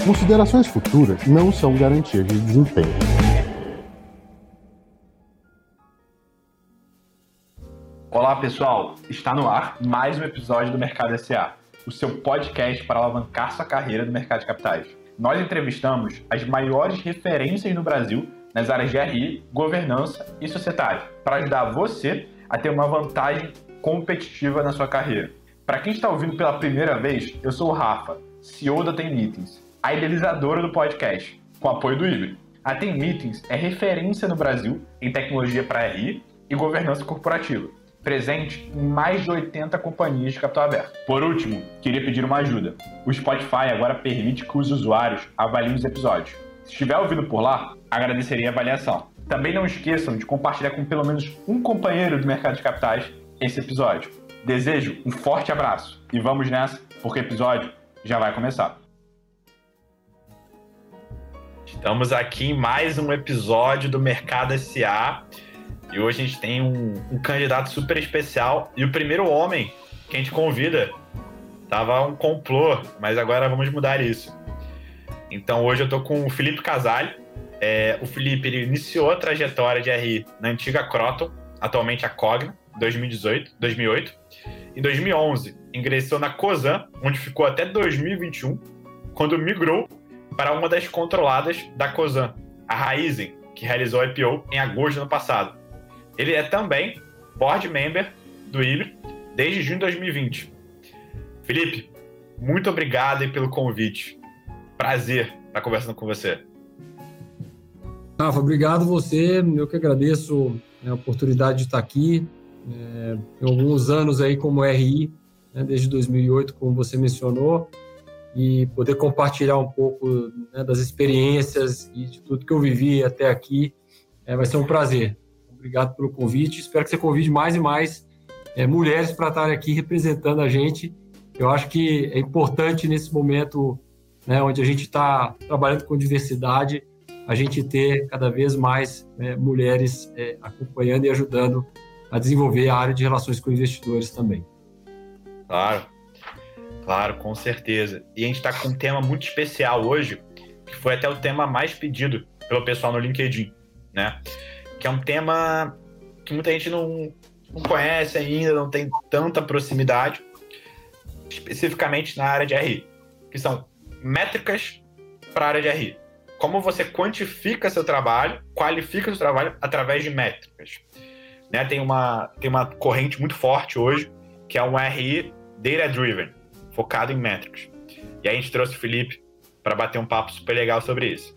Considerações futuras não são garantias de desempenho. Olá pessoal, está no ar mais um episódio do Mercado S.A., o seu podcast para alavancar sua carreira no mercado de capitais. Nós entrevistamos as maiores referências no Brasil nas áreas de RI, governança e societário, para ajudar você a ter uma vantagem competitiva na sua carreira. Para quem está ouvindo pela primeira vez, eu sou o Rafa, CEO da Tem Meetings, a idealizadora do podcast, com apoio do Híbrido. A Tem Meetings é referência no Brasil em tecnologia para RI e governança corporativa, presente em mais de 80 companhias de capital aberto. Por último, queria pedir uma ajuda. O Spotify agora permite que os usuários avaliem os episódios. Se estiver ouvindo por lá, agradeceria a avaliação. Também não esqueçam de compartilhar com pelo menos um companheiro do mercado de capitais esse episódio. Desejo um forte abraço e vamos nessa, porque o episódio já vai começar. Estamos aqui em mais um episódio do Mercado S.A. e hoje a gente tem um candidato super especial e o primeiro homem que a gente convida. Tava um complô, mas agora vamos mudar isso. Então hoje eu tô com o Felipe Casale. O Felipe ele iniciou a trajetória de RI na antiga Croton, atualmente a Cogna, 2008. Em 2011, ingressou na Cosan, onde ficou até 2021, quando migrou para uma das controladas da Cosan, a Raizen, que realizou a IPO em agosto do ano passado. Ele é também board member do Híbrido desde junho de 2020. Felipe, muito obrigado aí pelo convite. Prazer estar conversando com você. Rafa, obrigado você. Eu que agradeço a oportunidade de estar aqui. Tenho alguns anos aí como RI, desde 2008, como você mencionou, e poder compartilhar um pouco das experiências e de tudo que eu vivi até aqui vai ser um prazer. Obrigado pelo convite. Espero que você convide mais e mais mulheres para estarem aqui representando a gente. Eu acho que é importante nesse momento, onde a gente está trabalhando com diversidade, a gente ter cada vez mais mulheres acompanhando e ajudando a desenvolver a área de relações com investidores também. Claro, com certeza. E a gente está com um tema muito especial hoje, que foi até o tema mais pedido pelo pessoal no LinkedIn, né? Que é um tema que muita gente não conhece ainda, não tem tanta proximidade, especificamente na área de RI, que são métricas para a área de RI. Como você quantifica seu trabalho, qualifica seu trabalho através de métricas. Né? Tem uma corrente muito forte hoje, que é um RI data-driven, focado em métricas. E aí a gente trouxe o Felipe para bater um papo super legal sobre isso.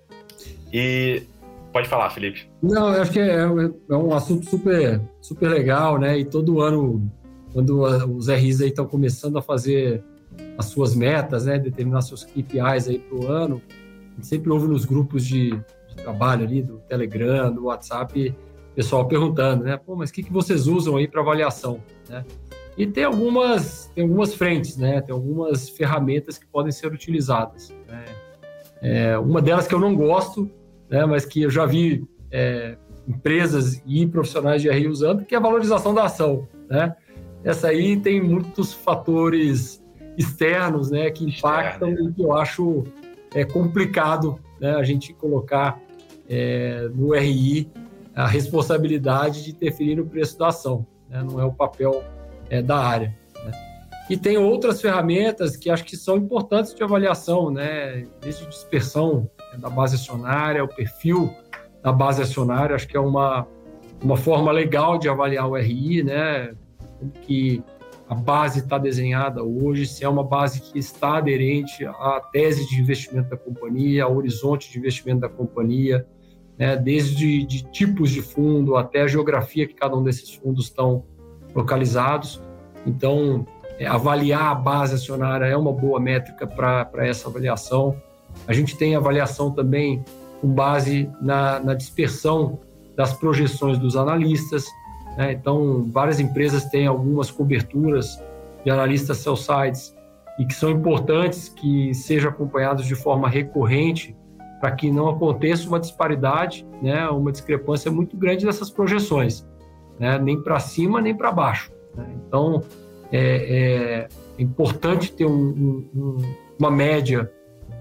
E pode falar, Felipe. Não, eu acho que é um assunto super, super legal, né? E todo ano, quando os RIs aí estão começando a fazer as suas metas, né? Determinar seus KPIs aí para o ano, a gente sempre ouve nos grupos de trabalho ali, do Telegram, do WhatsApp, pessoal perguntando, né? Pô, mas o que vocês usam aí para avaliação, né? E tem algumas frentes, né? Tem algumas ferramentas que podem ser utilizadas, né? Uma delas que eu não gosto, né? Mas que eu já vi empresas e profissionais de RI usando, que é a valorização da ação, né? Essa aí tem muitos fatores externos, né? Que impactam e que eu acho complicado, né? A gente colocar no RI a responsabilidade de interferir no preço da ação, né? Não é o papel da área, né? E tem outras ferramentas que acho que são importantes de avaliação, né? Desde dispersão da base acionária, o perfil da base acionária, acho que é uma forma legal de avaliar o RI, né? Como que a base está desenhada hoje, se é uma base que está aderente à tese de investimento da companhia, ao horizonte de investimento da companhia, né? Desde de tipos de fundo até a geografia que cada um desses fundos estão localizados. Então, avaliar a base acionária é uma boa métrica para essa avaliação. A gente tem avaliação também com base na dispersão das projeções dos analistas, né? Então, várias empresas têm algumas coberturas de analistas sell-sides e que são importantes que sejam acompanhados de forma recorrente para que não aconteça uma disparidade, né? Uma discrepância muito grande dessas projeções, né? Nem para cima, nem para baixo, né? Então, é importante ter uma média que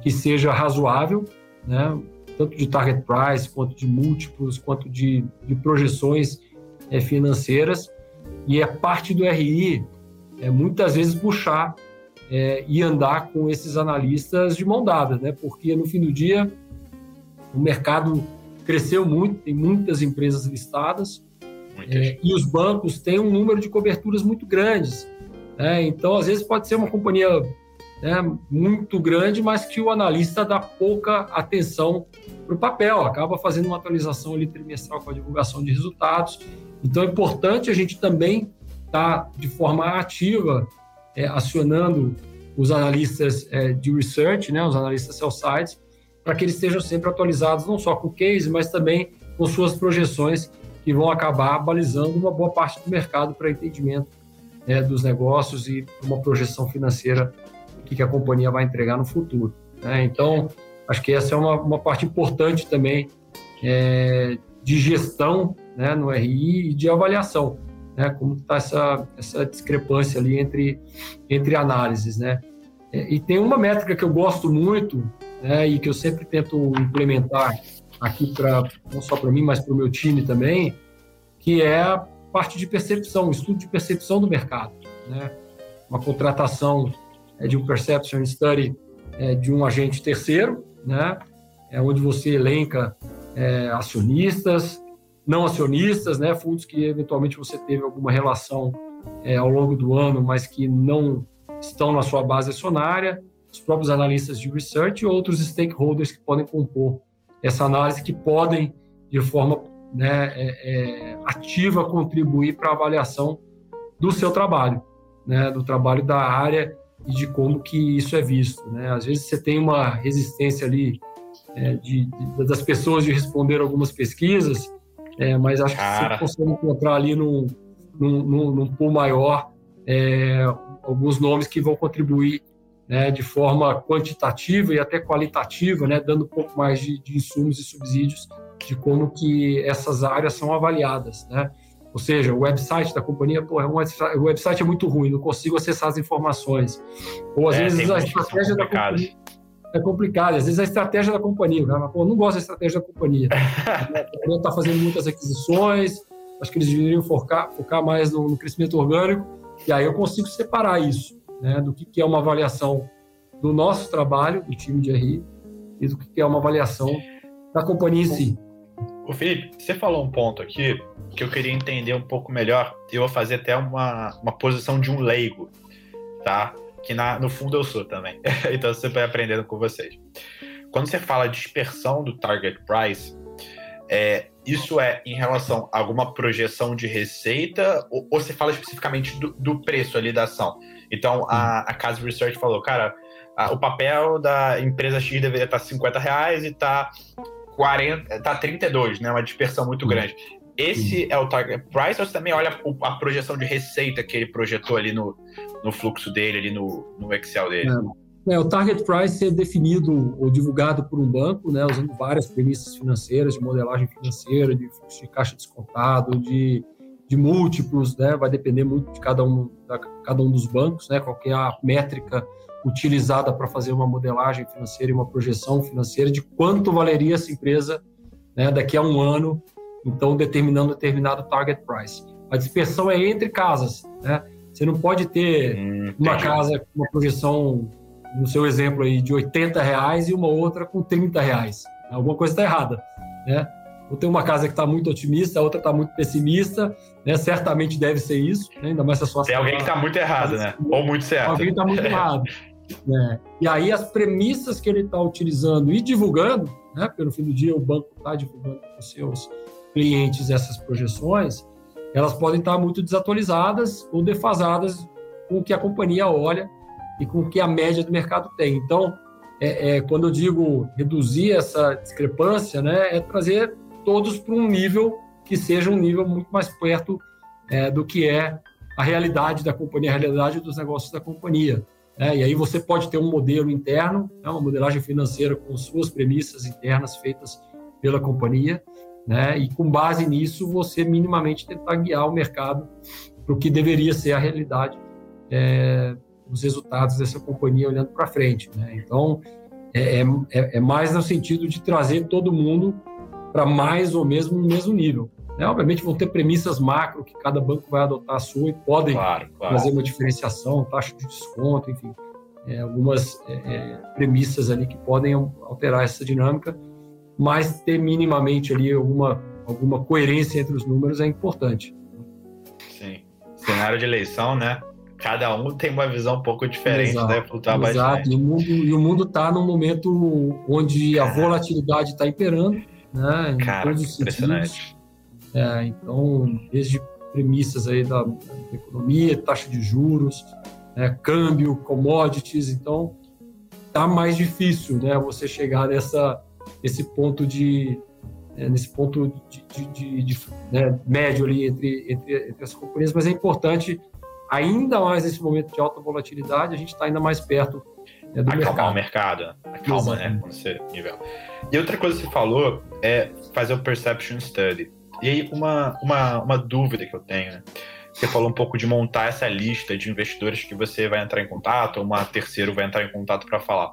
que seja razoável, né? Tanto de target price, quanto de múltiplos, quanto de projeções financeiras. E é parte do RI, muitas vezes, puxar e andar com esses analistas de mão dada, né? Porque, no fim do dia, o mercado cresceu muito, tem muitas empresas listadas, e os bancos têm um número de coberturas muito grandes. Então, às vezes, pode ser uma companhia muito grande, mas que o analista dá pouca atenção para o papel, acaba fazendo uma atualização ali trimestral com a divulgação de resultados. Então, é importante a gente também estar de forma ativa acionando os analistas de research, né, os analistas sell-side, para que eles estejam sempre atualizados, não só com o case, mas também com suas projeções, que vão acabar balizando uma boa parte do mercado para entendimento dos negócios e uma projeção financeira que a companhia vai entregar no futuro. Então, acho que essa é uma parte importante também de gestão, né, no RI e de avaliação, né, como está essa discrepância ali entre análises, né. E tem uma métrica que eu gosto muito, né, e que eu sempre tento implementar aqui, não só para mim, mas para o meu time também, que é a parte de percepção, o estudo de percepção do mercado, né. Uma contratação de um perception study de um agente terceiro, né, onde você elenca acionistas, não acionistas, né, fundos que eventualmente você teve alguma relação ao longo do ano, mas que não estão na sua base acionária, os próprios analistas de research e outros stakeholders que podem compor essa análise, que podem, de forma ativa, contribuir para a avaliação do seu trabalho, né, do trabalho da área e de como que isso é visto, né? Às vezes você tem uma resistência ali das pessoas de responder algumas pesquisas, mas acho que você consegue encontrar ali num pool maior alguns nomes que vão contribuir, né, de forma quantitativa e até qualitativa, né, dando um pouco mais de insumos e subsídios de como que essas áreas são avaliadas, né? Ou seja, o website da companhia, o website é muito ruim, não consigo acessar as informações. Ou às vezes a estratégia da companhia é complicada, às vezes a estratégia da companhia, cara, não gosto da estratégia da companhia. A companhia está fazendo muitas aquisições, acho que eles deveriam focar mais no crescimento orgânico, e aí eu consigo separar isso, né, do que é uma avaliação do nosso trabalho, do time de RI, e do que é uma avaliação da companhia em si. O Felipe, você falou um ponto aqui que eu queria entender um pouco melhor. Eu vou fazer até uma posição de um leigo, tá? Que no fundo eu sou também. Então você vai aprendendo com vocês. Quando você fala dispersão do target price, isso é em relação a alguma projeção de receita ou você fala especificamente do preço ali da ação? Então a Casa Research falou, cara, o papel da empresa X deveria estar R$50 e está 32, né? Uma dispersão muito grande. Esse é o target price ou você também olha a projeção de receita que ele projetou ali no fluxo dele, ali no Excel dele? O target price é definido ou divulgado por um banco, né, usando várias premissas financeiras, de modelagem financeira, de fluxo de caixa descontado, de múltiplos, né, vai depender muito de cada um dos bancos, né, qual que é a métrica utilizada para fazer uma modelagem financeira e uma projeção financeira de quanto valeria essa empresa, né, daqui a um ano, então determinando determinado target price. A dispersão é entre casas, né? Você não pode ter uma casa com uma projeção, no seu exemplo aí, de R$80 e uma outra com R$30. Alguma coisa está errada, né? Ou tem uma casa que está muito otimista, a outra está muito pessimista, né? Certamente deve ser isso, né? Ainda mais se a sua... Tem alguém que está muito errado, né? Ou muito certo. Alguém está muito errado. Né? E aí as premissas que ele está utilizando e divulgando, né? Porque no fim do dia o banco está divulgando para os seus clientes essas projeções, elas podem estar muito desatualizadas ou defasadas com o que a companhia olha e com o que a média do mercado tem. Então, quando eu digo reduzir essa discrepância, né, é trazer todos para um nível que seja um nível muito mais perto do que é a realidade da companhia, a realidade dos negócios da companhia. E aí você pode ter um modelo interno, né, uma modelagem financeira com suas premissas internas feitas pela companhia, né, e com base nisso você minimamente tentar guiar o mercado para o que deveria ser a realidade, os resultados dessa companhia olhando para frente, né? Então, é mais no sentido de trazer todo mundo para mais ou menos no mesmo nível. Obviamente vão ter premissas macro que cada banco vai adotar a sua e podem fazer uma diferenciação, taxa de desconto, enfim, algumas premissas ali que podem alterar essa dinâmica, mas ter minimamente ali alguma coerência entre os números é importante. Sim. Cenário de eleição, né? Cada um tem uma visão um pouco diferente, né? Flutuar bastante. E o mundo está num momento onde a volatilidade está imperando, né? Em todos os impressionante. Então, desde premissas aí da economia, taxa de juros, câmbio, commodities, então tá mais difícil, né? Você chegar nesse ponto de médio ali entre as companhias, mas é importante, ainda mais nesse momento de alta volatilidade, a gente está ainda mais perto do acalmar o mercado. Acalma, né? Você nível. E outra coisa que você falou é fazer o Perception Study. E aí, uma dúvida que eu tenho, né? Você falou um pouco de montar essa lista de investidores que você vai entrar em contato, ou uma terceira vai entrar em contato para falar.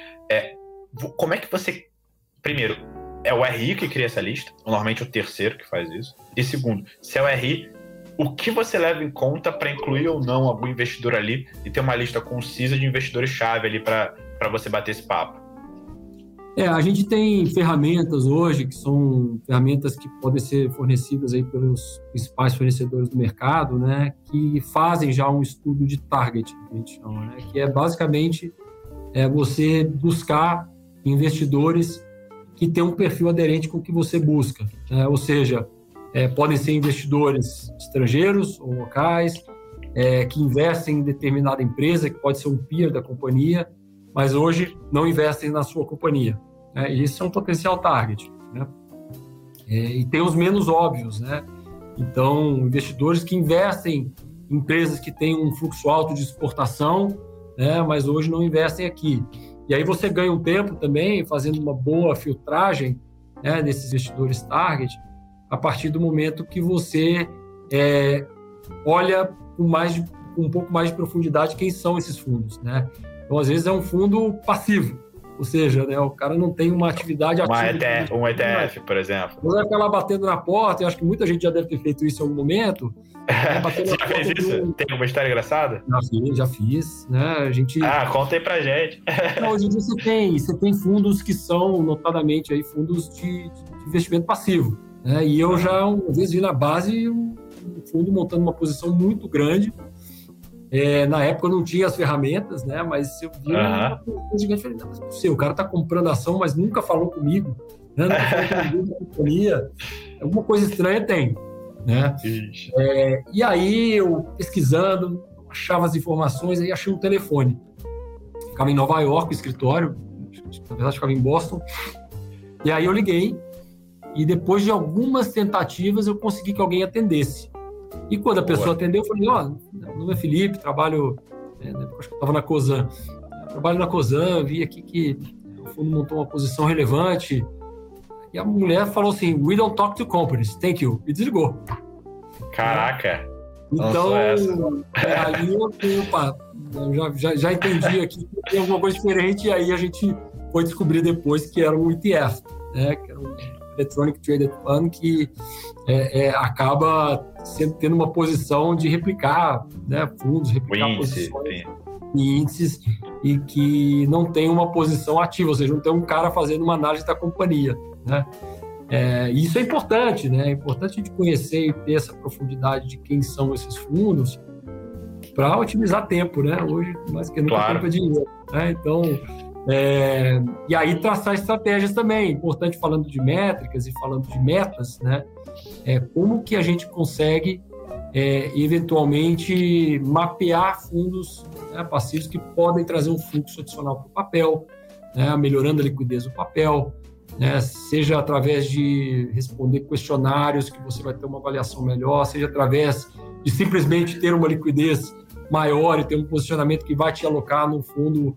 Como é que você... Primeiro, é o RI que cria essa lista, normalmente o terceiro que faz isso. E segundo, se é o RI, o que você leva em conta para incluir ou não algum investidor ali e ter uma lista concisa de investidores-chave ali para você bater esse papo? A gente tem ferramentas hoje, que são ferramentas que podem ser fornecidas aí pelos principais fornecedores do mercado, né, que fazem já um estudo de target, que a gente chama, né, que é basicamente você buscar investidores que têm um perfil aderente com o que você busca, né, ou seja, podem ser investidores estrangeiros ou locais, que investem em determinada empresa, que pode ser um peer da companhia, mas hoje não investem na sua companhia. Isso é um potencial target, né? E tem os menos óbvios, né? Então, investidores que investem em empresas que têm um fluxo alto de exportação, né? Mas hoje não investem aqui. E aí você ganha um tempo também fazendo uma boa filtragem, né, desses investidores target, a partir do momento que você olha com um pouco mais de profundidade quem são esses fundos, né? Então, às vezes, é um fundo passivo, ou seja, né, o cara não tem uma atividade ativa. Um ETF, por exemplo. Você vai ficar lá batendo na porta, eu acho que muita gente já deve ter feito isso em algum momento. Você já fez isso? Tem alguma história engraçada? Já fiz, né? A gente... conta aí pra gente. Hoje em dia você tem fundos que são, notadamente, aí, fundos de investimento passivo, né? E eu já, uma vez, vi na base um fundo montando uma posição muito grande. Na época eu não tinha as ferramentas, né? Mas eu vi uma coisa gigante, falei, não, mas não sei, o cara está comprando ação, mas nunca falou comigo, né? Nunca falou comigo da companhia. Alguma coisa estranha tem, né? E aí eu pesquisando, achava as informações, aí achei um telefone. Ficava em Nova York, o escritório, na verdade ficava em Boston. E aí eu liguei e depois de algumas tentativas eu consegui que alguém atendesse. E quando a pessoa atendeu, eu falei, meu nome é Felipe, trabalho, acho que eu estava na Cosan, trabalho na Cosan, vi aqui que o fundo montou uma posição relevante, e a mulher falou assim, we don't talk to companies, thank you, e desligou. Caraca! Então, ali eu já entendi aqui que tem alguma coisa diferente, e aí a gente foi descobrir depois que era um ETF, né, que era um Electronic Traded Fund, que acaba tendo uma posição de replicar, né, fundos, replicar posições e índices, e que não tem uma posição ativa, ou seja, não tem um cara fazendo uma análise da companhia, né? Isso é importante, né? É importante a gente conhecer e ter essa profundidade de quem são esses fundos para otimizar tempo, né? Hoje, mais que nunca, tempo é dinheiro, né? Então, e aí traçar estratégias também, importante, falando de métricas e falando de metas, né? Como que a gente consegue eventualmente mapear fundos, né, passivos que podem trazer um fluxo adicional para o papel, né, melhorando a liquidez do papel, né, seja através de responder questionários que você vai ter uma avaliação melhor, seja através de simplesmente ter uma liquidez maior e ter um posicionamento que vai te alocar no fundo,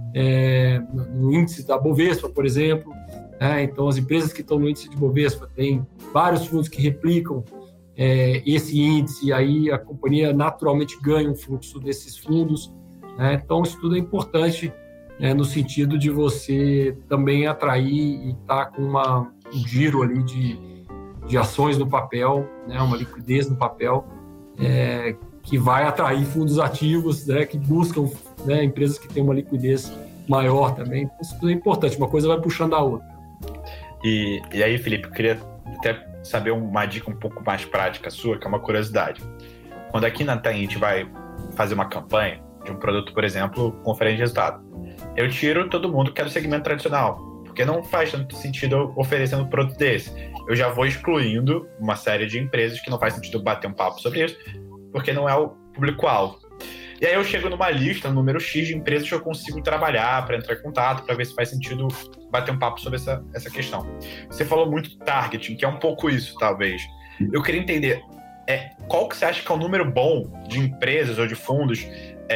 no índice da Bovespa, por exemplo. Então, as empresas que estão no índice de Bovespa têm vários fundos que replicam esse índice, e aí a companhia naturalmente ganha um fluxo desses fundos, né? Então, isso tudo é importante no sentido de você também atrair e estar com um giro ali de ações no papel, né, uma liquidez no papel, que vai atrair fundos ativos, né, que buscam, né, empresas que têm uma liquidez maior também. Isso é importante, uma coisa vai puxando a outra. E aí, Felipe, eu queria até saber uma dica um pouco mais prática sua, que é uma curiosidade. Quando aqui na TAM a gente vai fazer uma campanha de um produto, por exemplo, conferência de resultado, eu tiro todo mundo que é do segmento tradicional, porque não faz tanto sentido oferecer um produto desse. Eu já vou excluindo uma série de empresas que não faz sentido bater um papo sobre isso, porque não é o público-alvo. E aí eu chego numa lista, no número X de empresas que eu consigo trabalhar para entrar em contato, para ver se faz sentido bater um papo sobre essa questão. Você falou muito de targeting, que é um pouco isso, talvez. Eu queria entender, qual que você acha que é o número bom de empresas ou de fundos,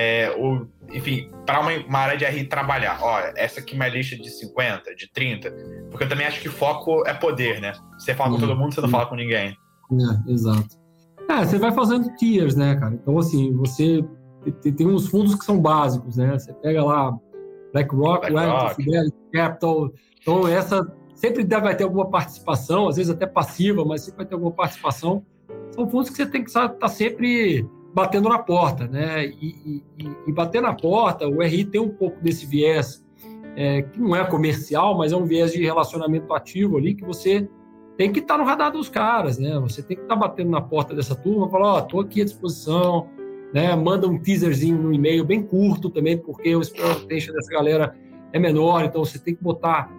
enfim, para uma área de RI trabalhar? Olha, essa aqui é uma lista de 50, de 30, porque eu também acho que foco é poder, né? Você fala com todo mundo, você não fala com ninguém. Exato. Você vai fazendo tiers, né, cara? Então, assim, você tem uns fundos que são básicos, né? Você pega lá BlackRock, Fidelity Capital. Então, essa sempre vai ter alguma participação, às vezes até passiva, mas sempre vai ter alguma participação. São fundos que você tem que estar sempre batendo na porta, né? E bater na porta, o RI tem um pouco desse viés, que não é comercial, mas é um viés de relacionamento ativo ali, que você tem que estar no radar dos caras, né? Você tem que estar batendo na porta dessa turma, falar, estou aqui à disposição, né? Manda um teaserzinho no e-mail bem curto também, porque o expectation dessa galera é menor, então você tem que botar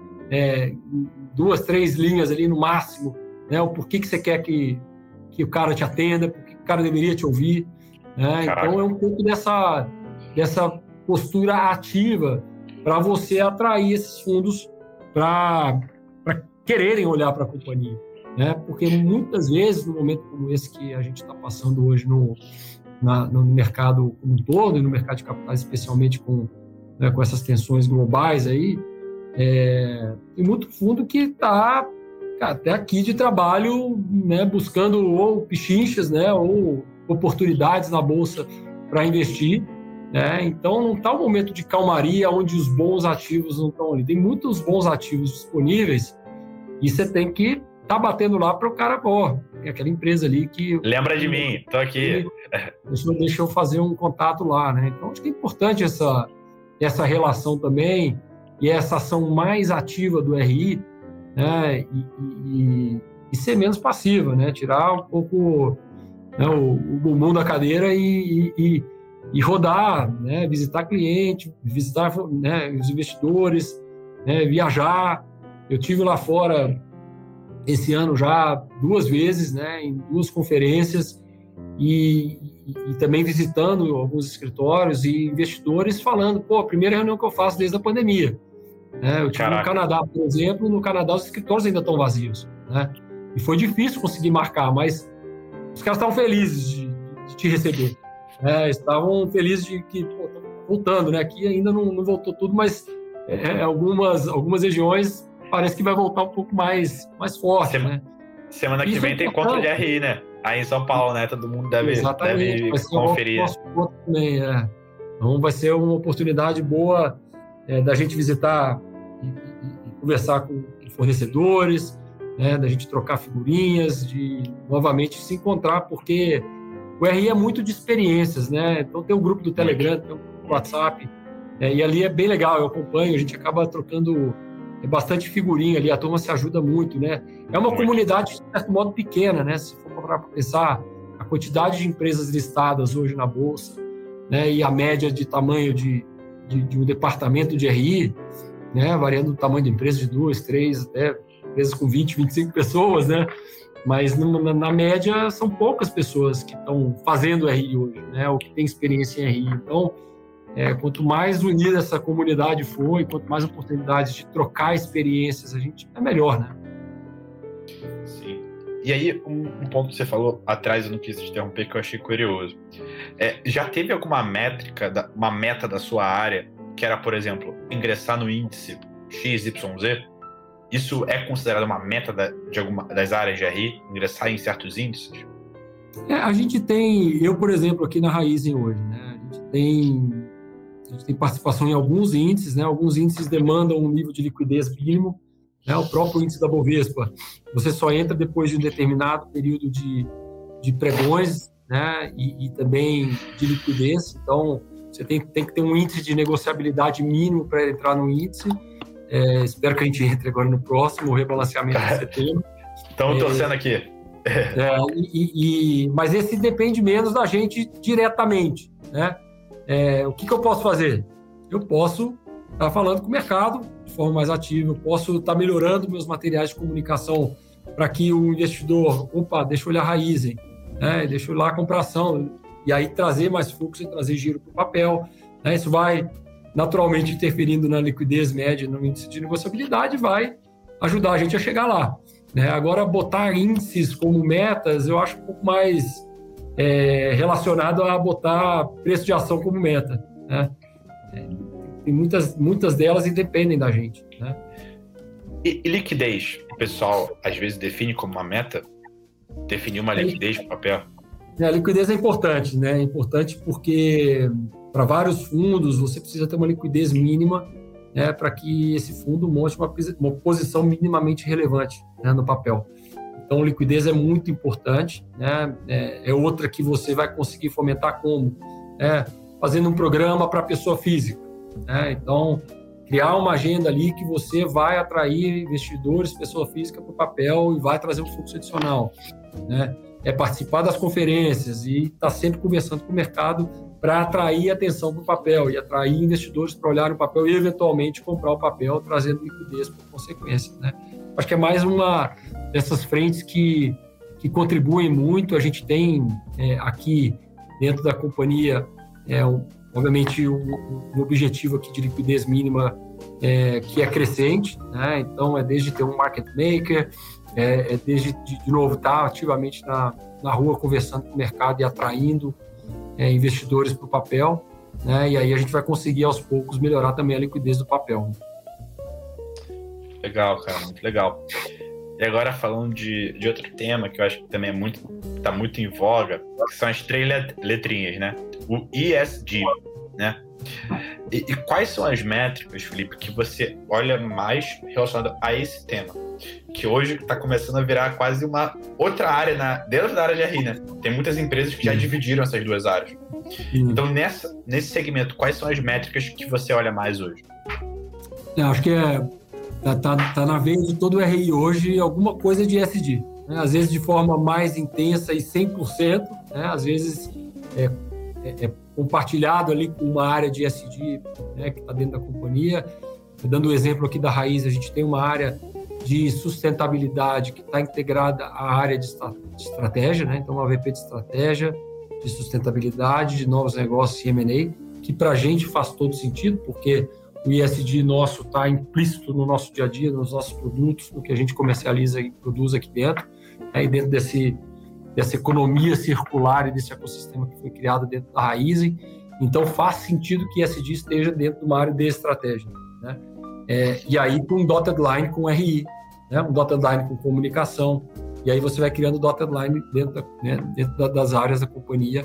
2, 3 linhas ali no máximo, né? O porquê que você quer que o cara te atenda, porque o cara deveria te ouvir, né? Então é um pouco dessa postura ativa para você atrair esses fundos para quererem olhar para a companhia, né? Porque muitas vezes, no momento como esse que a gente está passando hoje no mercado como um todo, e no mercado de capitais, especialmente com essas tensões globais aí, tem muito fundo que está até aqui de trabalho, né, buscando ou pichinchas, né, ou oportunidades na bolsa para investir, né? Então não está um momento de calmaria onde os bons ativos não estão ali. Tem muitos bons ativos disponíveis e você tem que estar batendo lá para o cara, é aquela empresa ali que... Lembra de mim, estou aqui. Deixa eu fazer um contato lá, né? Então acho que é importante essa relação também e essa ação mais ativa do RI, né? E ser menos passiva, né? Tirar um pouco, né, o bumbum da cadeira e rodar, né? Visitar cliente, visitar, né, os investidores, né? Viajar. Eu tive lá fora esse ano já 2 vezes, né? Em 2 conferências e também visitando alguns escritórios e investidores falando, a primeira reunião que eu faço desde a pandemia. Eu tive no Canadá, por exemplo, no Canadá os escritórios ainda estão vazios, né? E foi difícil conseguir marcar, mas os caras estavam felizes de te receber, né? Estavam felizes de que voltando, né? Aqui ainda não voltou tudo, mas algumas regiões parece que vai voltar um pouco mais forte, né? Semana que vem tem encontro de RI, né? Aí em São Paulo, né? Todo mundo deve conferir. Também, Então vai ser uma oportunidade boa da gente visitar e conversar com fornecedores, né, da gente trocar figurinhas, de novamente se encontrar, porque o RI é muito de experiências, né? Então tem um grupo do Telegram, tem um grupo do WhatsApp, e ali é bem legal, eu acompanho, a gente acaba trocando bastante figurinha ali, a turma se ajuda muito, né? É uma comunidade, de certo modo, pequena, né? Se for para pensar a quantidade de empresas listadas hoje na Bolsa, né, e a média de tamanho de um departamento de RI, né, variando o tamanho da empresa de 2, 3, até empresas com 20, 25 pessoas, né? Mas na média são poucas pessoas que estão fazendo RI hoje, né? Ou que tem experiência em RI. Então, quanto mais unida essa comunidade for e quanto mais oportunidades de trocar experiências a gente é melhor, né? Sim. E aí, um ponto que você falou atrás, eu não quis te interromper, que eu achei curioso. Já teve alguma métrica, uma meta da sua área, que era, por exemplo, ingressar no índice XYZ? Isso é considerado uma meta de alguma das áreas de RI, ingressar em certos índices? A gente tem, eu, por exemplo, aqui na Raizen hoje, né? A gente tem A gente tem participação em alguns índices, né? Alguns índices demandam um nível de liquidez mínimo, né? O próprio índice da Bovespa, você só entra depois de um determinado período de pregões, né? E também de liquidez. Então, você tem que ter um índice de negociabilidade mínimo para entrar no índice. Espero que a gente entre agora no próximo rebalanceamento de setembro. Estamos torcendo aqui. Mas esse depende menos da gente diretamente, né? O que eu posso fazer? Eu posso estar falando com o mercado de forma mais ativa, eu posso estar melhorando meus materiais de comunicação para que o investidor, deixa eu olhar a Raizen, né? Deixa eu ir lá comprar ação, e aí trazer mais fluxo e trazer giro para o papel, né? Isso vai naturalmente interferindo na liquidez média, no índice de negociabilidade, vai ajudar a gente a chegar lá, né? Agora, botar índices como metas, eu acho um pouco mais relacionado a botar preço de ação como meta, né? Tem muitas delas independem da gente, né? E liquidez, o pessoal às vezes define como uma meta? Definir uma liquidez para o papel? A liquidez é importante, né? É importante porque para vários fundos você precisa ter uma liquidez mínima, né, para que esse fundo monte uma posição minimamente relevante, né, no papel. Então, liquidez é muito importante, né? É outra que você vai conseguir fomentar como? Fazendo um programa para a pessoa física, né? Então, criar uma agenda ali que você vai atrair investidores, pessoa física para o papel e vai trazer um fluxo adicional, né? Participar das conferências e estar sempre conversando com o mercado para atrair atenção para o papel e atrair investidores para olhar o papel e, eventualmente, comprar o papel, trazendo liquidez por consequência, né? Acho que é mais uma dessas frentes que contribuem muito. A gente tem aqui dentro da companhia, obviamente, um objetivo aqui de liquidez mínima que é crescente, né? Então, desde ter um market maker, desde, de novo, estar ativamente na rua conversando com o mercado e atraindo investidores para o papel, né? E aí a gente vai conseguir, aos poucos, melhorar também a liquidez do papel. Legal, cara, muito legal. E agora falando de outro tema que eu acho que também está muito em voga, que são as 3 letrinhas, né? O ESG, né? E quais são as métricas, Felipe, que você olha mais relacionado a esse tema? Que hoje está começando a virar quase uma outra área dentro da área de RI, né? Tem muitas empresas que já dividiram essas 2 áreas. Então, nesse segmento, quais são as métricas que você olha mais hoje? Eu acho que tá na veia de todo o RI hoje alguma coisa de ESG, né? Às vezes de forma mais intensa e 100%, né? Às vezes compartilhado ali com uma área de ESG, né, que está dentro da companhia. Dando o exemplo aqui da Raiz, a gente tem uma área de sustentabilidade que está integrada à área de estratégia, né? Então, uma VP de estratégia, de sustentabilidade, de novos negócios e M&A, que para a gente faz todo sentido, porque o ESG nosso está implícito no nosso dia a dia, nos nossos produtos, no que a gente comercializa e produz aqui dentro, né? E dentro dessa economia circular e desse ecossistema que foi criado dentro da Raizen. Então, faz sentido que ESG esteja dentro de uma área de estratégia, né? E aí, com um dotted line com RI, né? Um dotted line com comunicação, e aí você vai criando dotted line dentro das áreas da companhia.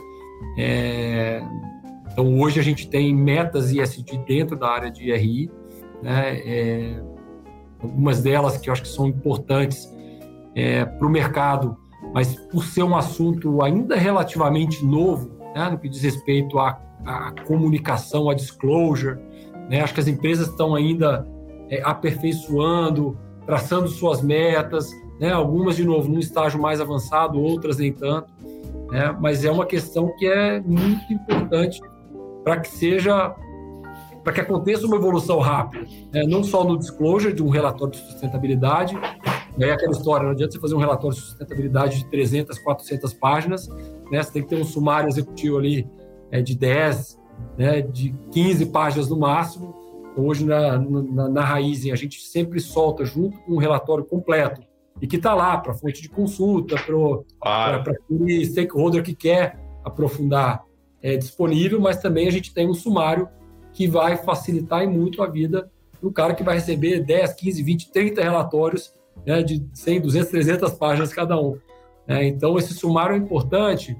Então, hoje a gente tem metas ESG dentro da área de RI, né? Algumas delas que eu acho que são importantes para o mercado, mas por ser um assunto ainda relativamente novo, né, no que diz respeito à comunicação, à disclosure, né? Acho que as empresas estão ainda aperfeiçoando, traçando suas metas, né? Algumas, de novo, num estágio mais avançado, outras nem tanto, né? Mas é uma questão que é muito importante para que aconteça uma evolução rápida, né? Não só no disclosure de um relatório de sustentabilidade. É aquela história, não adianta você fazer um relatório de sustentabilidade de 300, 400 páginas, né? Você tem que ter um sumário executivo ali de 10, né? De 15 páginas no máximo. Hoje, na Raizen, a gente sempre solta junto com um relatório completo e que está lá para fonte de consulta, para aquele stakeholder que quer aprofundar, disponível, mas também a gente tem um sumário que vai facilitar e muito a vida do cara que vai receber 10, 15, 20, 30 relatórios, né, de 100, 200, 300 páginas cada um. Então, esse sumário é importante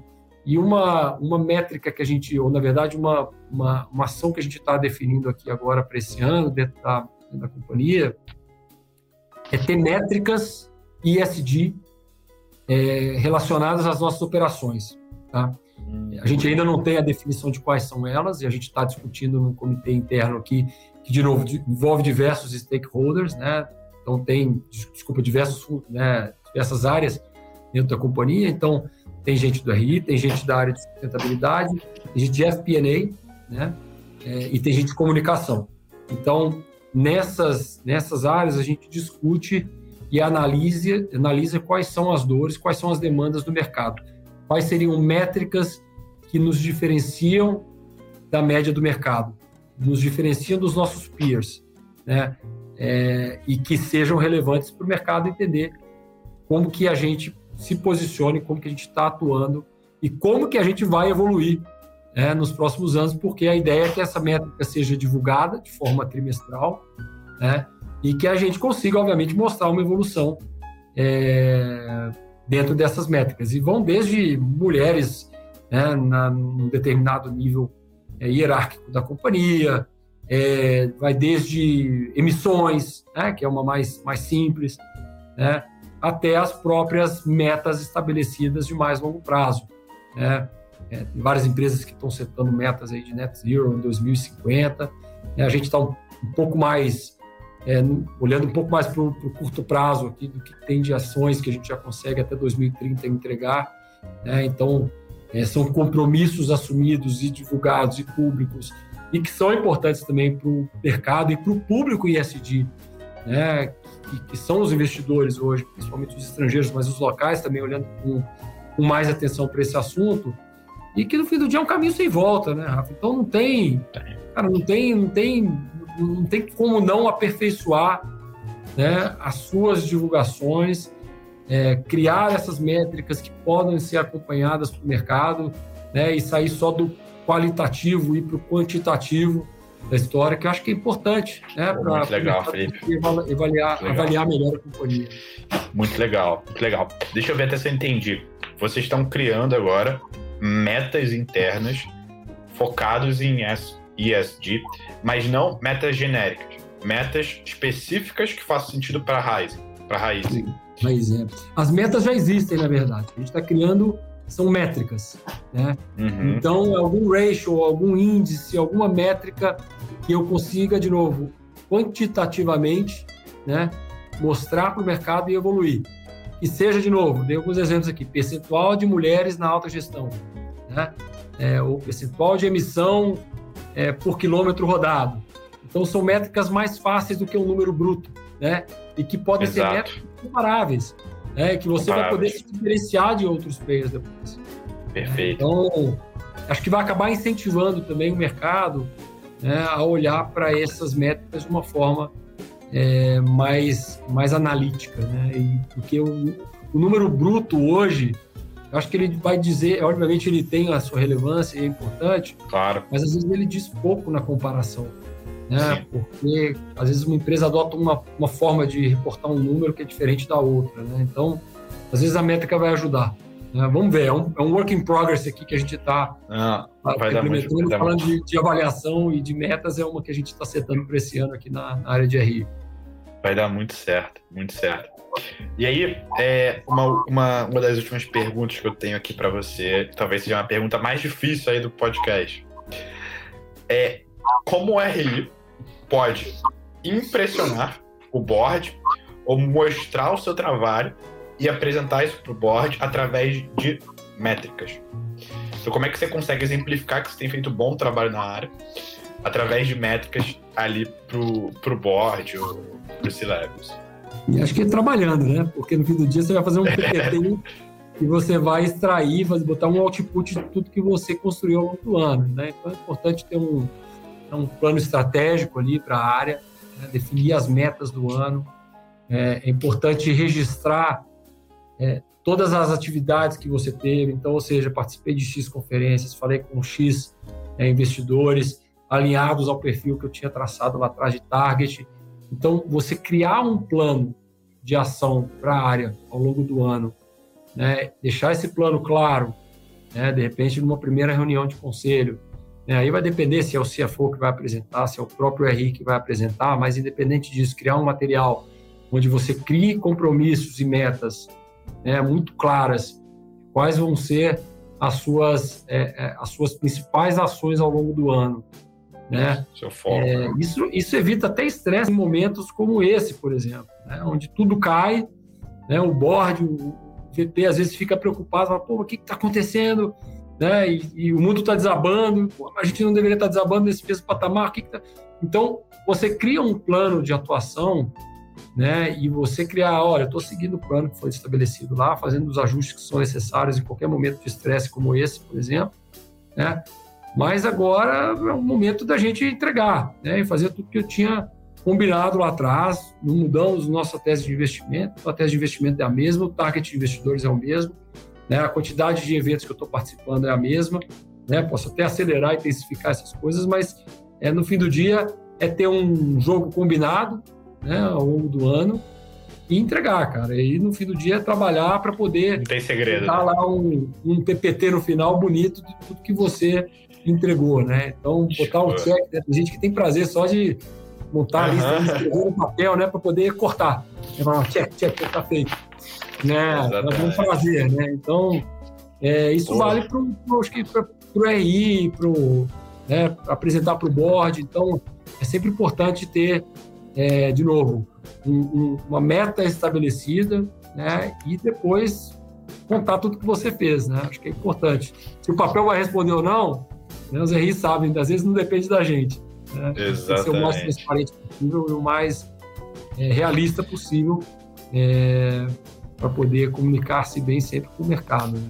E uma métrica que a gente, ou na verdade uma ação que a gente está definindo aqui agora para esse ano, dentro da companhia, é ter métricas ESG relacionadas às nossas operações. Tá? A gente ainda não tem a definição de quais são elas, e a gente está discutindo num comitê interno aqui, que, de novo, envolve diversos stakeholders, né? Então, tem, diversas áreas dentro da companhia. Então, tem gente do RI, tem gente da área de sustentabilidade, tem gente de FP&A, né? E tem gente de comunicação. Então, nessas áreas, a gente discute e analisa quais são as dores, quais são as demandas do mercado. Quais seriam métricas que nos diferenciam da média do mercado, nos diferenciam dos nossos peers, né? E que sejam relevantes para o mercado entender como que a gente se posicione, como que a gente está atuando e como que a gente vai evoluir nos próximos anos, porque a ideia é que essa métrica seja divulgada de forma trimestral, né? E que a gente consiga, obviamente, mostrar uma evolução dentro dessas métricas. E vão desde mulheres num determinado nível hierárquico da companhia, vai desde emissões, que é uma mais simples, né, até as próprias metas estabelecidas de mais longo prazo. Tem várias empresas que estão setando metas aí de net zero em 2050. A gente está um pouco mais olhando um pouco mais para o curto prazo aqui do que tem de ações que a gente já consegue até 2030 entregar. Então, são compromissos assumidos e divulgados e públicos e que são importantes também para o mercado e para o público ESG, que são os investidores hoje, principalmente os estrangeiros, mas os locais também olhando com mais atenção para esse assunto, e que no fim do dia é um caminho sem volta, né, Rafa? Então não tem como não aperfeiçoar, né, as suas divulgações, criar essas métricas que podem ser acompanhadas pelo mercado, né, e sair só do qualitativo e para o quantitativo da história, que eu acho que é importante, né, para avaliar melhor a companhia. Muito legal, muito legal. Deixa eu ver até se eu entendi. Vocês estão criando agora metas internas focados em ESG, mas não metas genéricas, metas específicas que façam sentido para a Raizen. As metas já existem, na verdade. A gente está criando, são métricas, né? Então, algum ratio, algum índice, alguma métrica que eu consiga, de novo, quantitativamente, né, mostrar para o mercado e evoluir. Que seja, de novo, dei alguns exemplos aqui, percentual de mulheres na alta gestão, né? Ou percentual de emissão por quilômetro rodado. Então, são métricas mais fáceis do que um número bruto, né? E que podem ser métricas comparáveis, que você vai poder se diferenciar de outros players depois. Perfeito. Então, acho que vai acabar incentivando também o mercado, a olhar para essas métricas de uma forma mais analítica, né? Porque o número bruto hoje, eu acho que ele vai dizer, obviamente ele tem a sua relevância e é importante, claro, mas às vezes ele diz pouco na comparação, né? Porque às vezes uma empresa adota uma forma de reportar um número que é diferente da outra, né? Então, às vezes a métrica vai ajudar, né? Vamos ver, é um work in progress aqui que a gente está implementando, falando de avaliação e de metas, é uma que a gente está setando para esse ano aqui na área de RI. Vai dar muito certo, muito certo. E aí, uma das últimas perguntas que eu tenho aqui para você, talvez seja uma pergunta mais difícil aí do podcast, como o RI pode impressionar o board ou mostrar o seu trabalho e apresentar isso para o board através de métricas? Então, como é que você consegue exemplificar que você tem feito bom trabalho na área através de métricas ali pro board ou pro C-Levels? E acho que é trabalhando, né? Porque no fim do dia você vai fazer um PPT e você vai extrair, botar um output de tudo que você construiu ao longo do ano, né? Então é importante ter um plano estratégico ali para a área, né? Definir as metas do ano. É importante registrar todas as atividades que você teve. Então, ou seja, participei de X conferências, falei com X investidores alinhados ao perfil que eu tinha traçado lá atrás de target. Então, você criar um plano de ação para a área ao longo do ano, né? Deixar esse plano claro, né? De repente, numa primeira reunião de conselho. Aí vai depender se é o CFO que vai apresentar, se é o próprio RI que vai apresentar, mas independente disso, criar um material onde você crie compromissos e metas, né, muito claras, quais vão ser as suas principais ações ao longo do ano. Né? Seu foco. Isso evita até estresse em momentos como esse, por exemplo, né, onde tudo cai, né, o board, o VP às vezes fica preocupado, fala, pô, o que está acontecendo? Né? E o mundo está desabando, a gente não deveria estar desabando nesse mesmo patamar. Então, você cria um plano de atuação, né? E você criar, olha, eu estou seguindo o plano que foi estabelecido lá, fazendo os ajustes que são necessários em qualquer momento de estresse como esse, por exemplo, né? Mas agora é o momento da gente entregar, né? E fazer tudo que eu tinha combinado lá atrás. Não mudamos nossa tese de investimento, a tese de investimento é a mesma, o target de investidores é o mesmo, né? A quantidade de eventos que eu estou participando é a mesma, né? Posso até acelerar e intensificar essas coisas, mas no fim do dia é ter um jogo combinado, né, ao longo do ano e entregar, cara. E aí, no fim do dia, é trabalhar para poder... Não tem segredo. Dar lá um PPT no final bonito de tudo que você entregou, né? Então, botar um check, né? Tem gente que tem prazer só de montar a lista, escrever no papel, né, para poder cortar. Check, tá feito. Né? É um prazer, né? Então, isso vale para o RI, né, apresentar para o board. Então, é sempre importante ter, de novo, uma meta estabelecida, né, e depois contar tudo que você fez, né? Acho que é importante. Se o papel vai responder ou não, né, os RIs sabem, às vezes não depende da gente. Né? Exatamente. Ser o mais transparente possível e o mais realista possível, para poder comunicar-se bem sempre com o mercado. Né?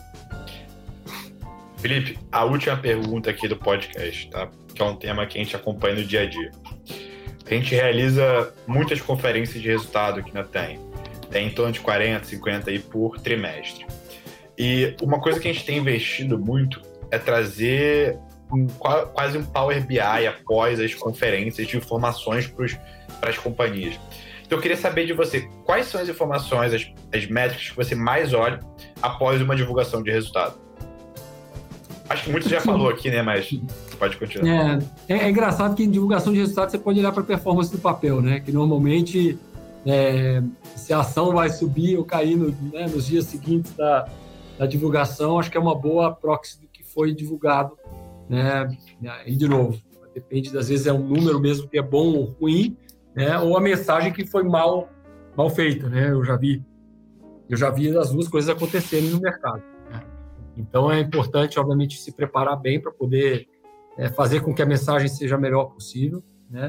Felipe, a última pergunta aqui do podcast, tá? Que é um tema que a gente acompanha no dia a dia. A gente realiza muitas conferências de resultado aqui na TEM. Tem em torno de 40, 50 aí por trimestre. E uma coisa que a gente tem investido muito é trazer quase um Power BI após as conferências de informações para as companhias. Então, eu queria saber de você, quais são as informações, as métricas que você mais olha após uma divulgação de resultado? Acho que muito já falou aqui, né? Mas pode continuar. É engraçado que em divulgação de resultado você pode olhar para a performance do papel, né? Que normalmente, se a ação vai subir ou cair nos dias seguintes da divulgação, acho que é uma boa proxy do que foi divulgado, né? E, de novo, depende, às vezes é um número mesmo que é bom ou ruim, né? Ou a mensagem que foi mal feita, né? Eu já vi as duas coisas acontecerem no mercado. Né? Então, é importante, obviamente, se preparar bem para poder fazer com que a mensagem seja a melhor possível, né?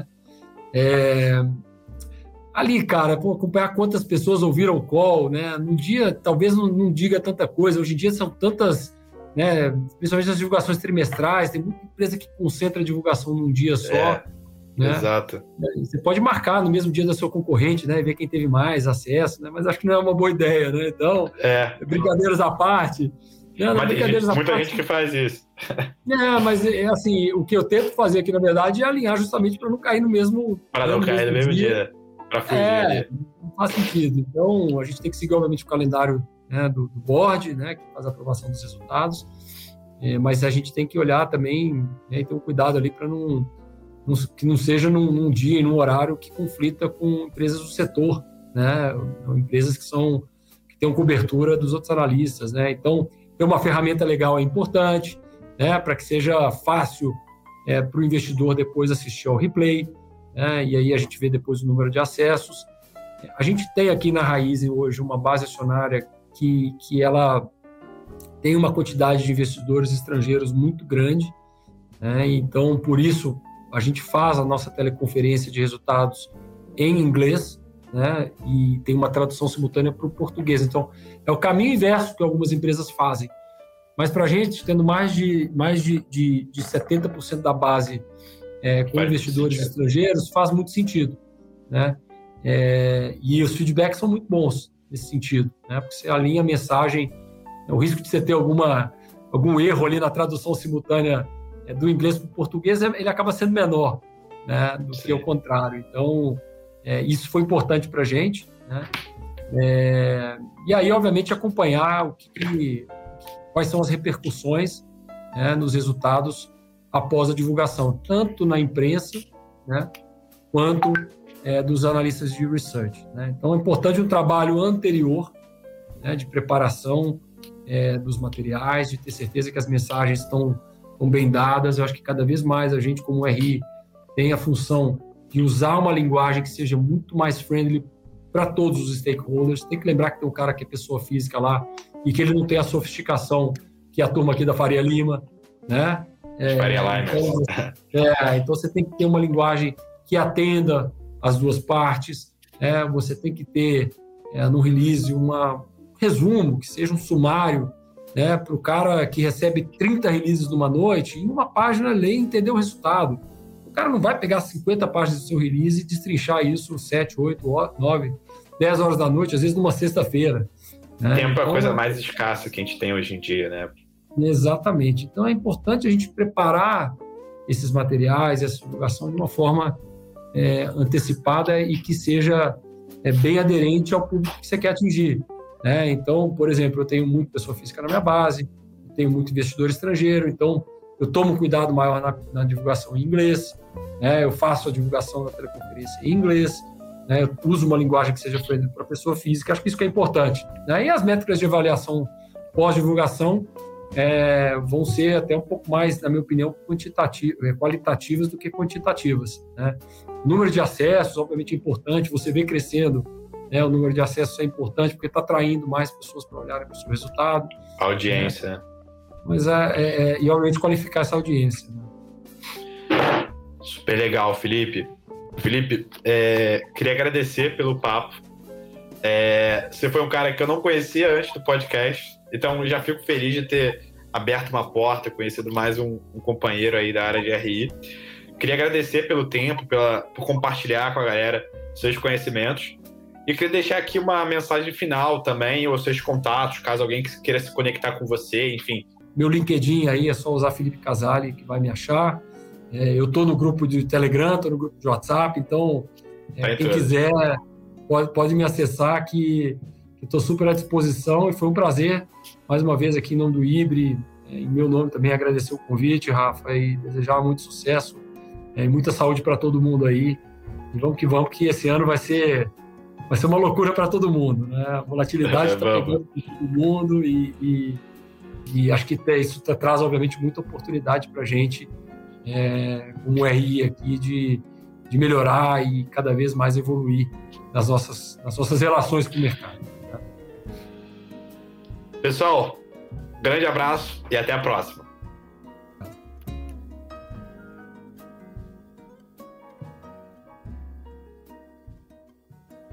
Ali, cara, acompanhar quantas pessoas ouviram o call, né? Num dia, talvez não diga tanta coisa. Hoje em dia são tantas, né? Principalmente as divulgações trimestrais, tem muita empresa que concentra a divulgação num dia só. Né? Exato. Você pode marcar no mesmo dia da sua concorrente, né? Ver quem teve mais acesso, né? Mas acho que não é uma boa ideia, né? Então, brincadeiras à parte. Mas tem muita gente que faz isso. Mas assim, o que eu tento fazer aqui, na verdade, é alinhar justamente para não cair no mesmo... Para não cair no mesmo dia. Para fugir. Não faz sentido. Então, a gente tem que seguir, obviamente, o calendário, né, do board, né, que faz a aprovação dos resultados. Mas a gente tem que olhar também, né, e ter um cuidado ali para que não seja num dia e num horário que conflita com empresas do setor, né, empresas que tenham cobertura dos outros analistas, né. Então, ter uma ferramenta legal é importante, né, para que seja fácil para o investidor depois assistir ao replay, né, e aí a gente vê depois o número de acessos. A gente tem aqui na Raizen hoje uma base acionária que ela tem uma quantidade de investidores estrangeiros muito grande, né, então, por isso, a gente faz a nossa teleconferência de resultados em inglês, né, e tem uma tradução simultânea para o português. Então, é o caminho inverso que algumas empresas fazem. Mas para a gente, tendo mais de 70% da base com investidores estrangeiros, faz muito sentido. Né? E os feedbacks são muito bons nesse sentido, né? Porque você alinha a mensagem, o risco de você ter algum erro ali na tradução simultânea do inglês para o português, ele acaba sendo menor, né, do que o contrário. Então, isso foi importante para a gente, né? E aí, obviamente, acompanhar quais são as repercussões, né, nos resultados após a divulgação, tanto na imprensa, né, quanto dos analistas de research, né? Então, é importante um trabalho anterior, né, de preparação dos materiais, de ter certeza que as mensagens estão bem dadas. Eu acho que cada vez mais a gente, como RI, tem a função de usar uma linguagem que seja muito mais friendly para todos os stakeholders. Tem que lembrar que tem um cara que é pessoa física lá e que ele não tem a sofisticação que a turma aqui da Faria Lima, né? Faria Lima. Então você tem que ter uma linguagem que atenda as duas partes. Você tem que ter no release um resumo, que seja um sumário, né, para o cara que recebe 30 releases numa noite, em uma página ler e entender o resultado. O cara não vai pegar 50 páginas do seu release e destrinchar isso 7, 8, 9, 10 horas da noite, às vezes numa sexta-feira. Né? Tempo é a coisa mais escassa que a gente tem hoje em dia, né? Exatamente. Então é importante a gente preparar esses materiais, essa divulgação de uma forma antecipada e que seja bem aderente ao público que você quer atingir. Né? Então, por exemplo, eu tenho muita pessoa física na minha base, tenho muito investidor estrangeiro, então eu tomo cuidado maior na divulgação em inglês, né? Eu faço a divulgação da teleconferência em inglês, né? Eu uso uma linguagem que seja friendly para a pessoa física, acho que isso que é importante. Né? E as métricas de avaliação pós-divulgação vão ser até um pouco mais, na minha opinião, qualitativas do que quantitativas. Né? O número de acessos, obviamente, é importante, você vê crescendo, né? O número de acessos é importante porque está atraindo mais pessoas para olharem para o seu resultado. Audiência. Né? Mas e, obviamente, qualificar essa audiência. Né? Super legal, Felipe. Felipe, queria agradecer pelo papo. Você foi um cara que eu não conhecia antes do podcast, então já fico feliz de ter aberto uma porta, conhecido mais um companheiro aí da área de RI. Queria agradecer pelo tempo, por compartilhar com a galera seus conhecimentos. E queria deixar aqui uma mensagem final também, ou seus contatos, caso alguém queira se conectar com você, enfim. Meu LinkedIn aí é só usar Felipe Casali, que vai me achar. Eu estou no grupo de Telegram, estou no grupo de WhatsApp, então quem quiser pode me acessar, que estou super à disposição. E foi um prazer, mais uma vez, aqui em nome do IBRE, em meu nome também, agradecer o convite, Rafa, e desejar muito sucesso e muita saúde para todo mundo aí. E vamos, que esse ano vai ser uma loucura para todo mundo, né? A volatilidade está pegando todo mundo e acho que isso traz, obviamente, muita oportunidade para a gente, como RI aqui, de melhorar e cada vez mais evoluir nas nossas relações com o mercado. Tá? Pessoal, grande abraço e até a próxima.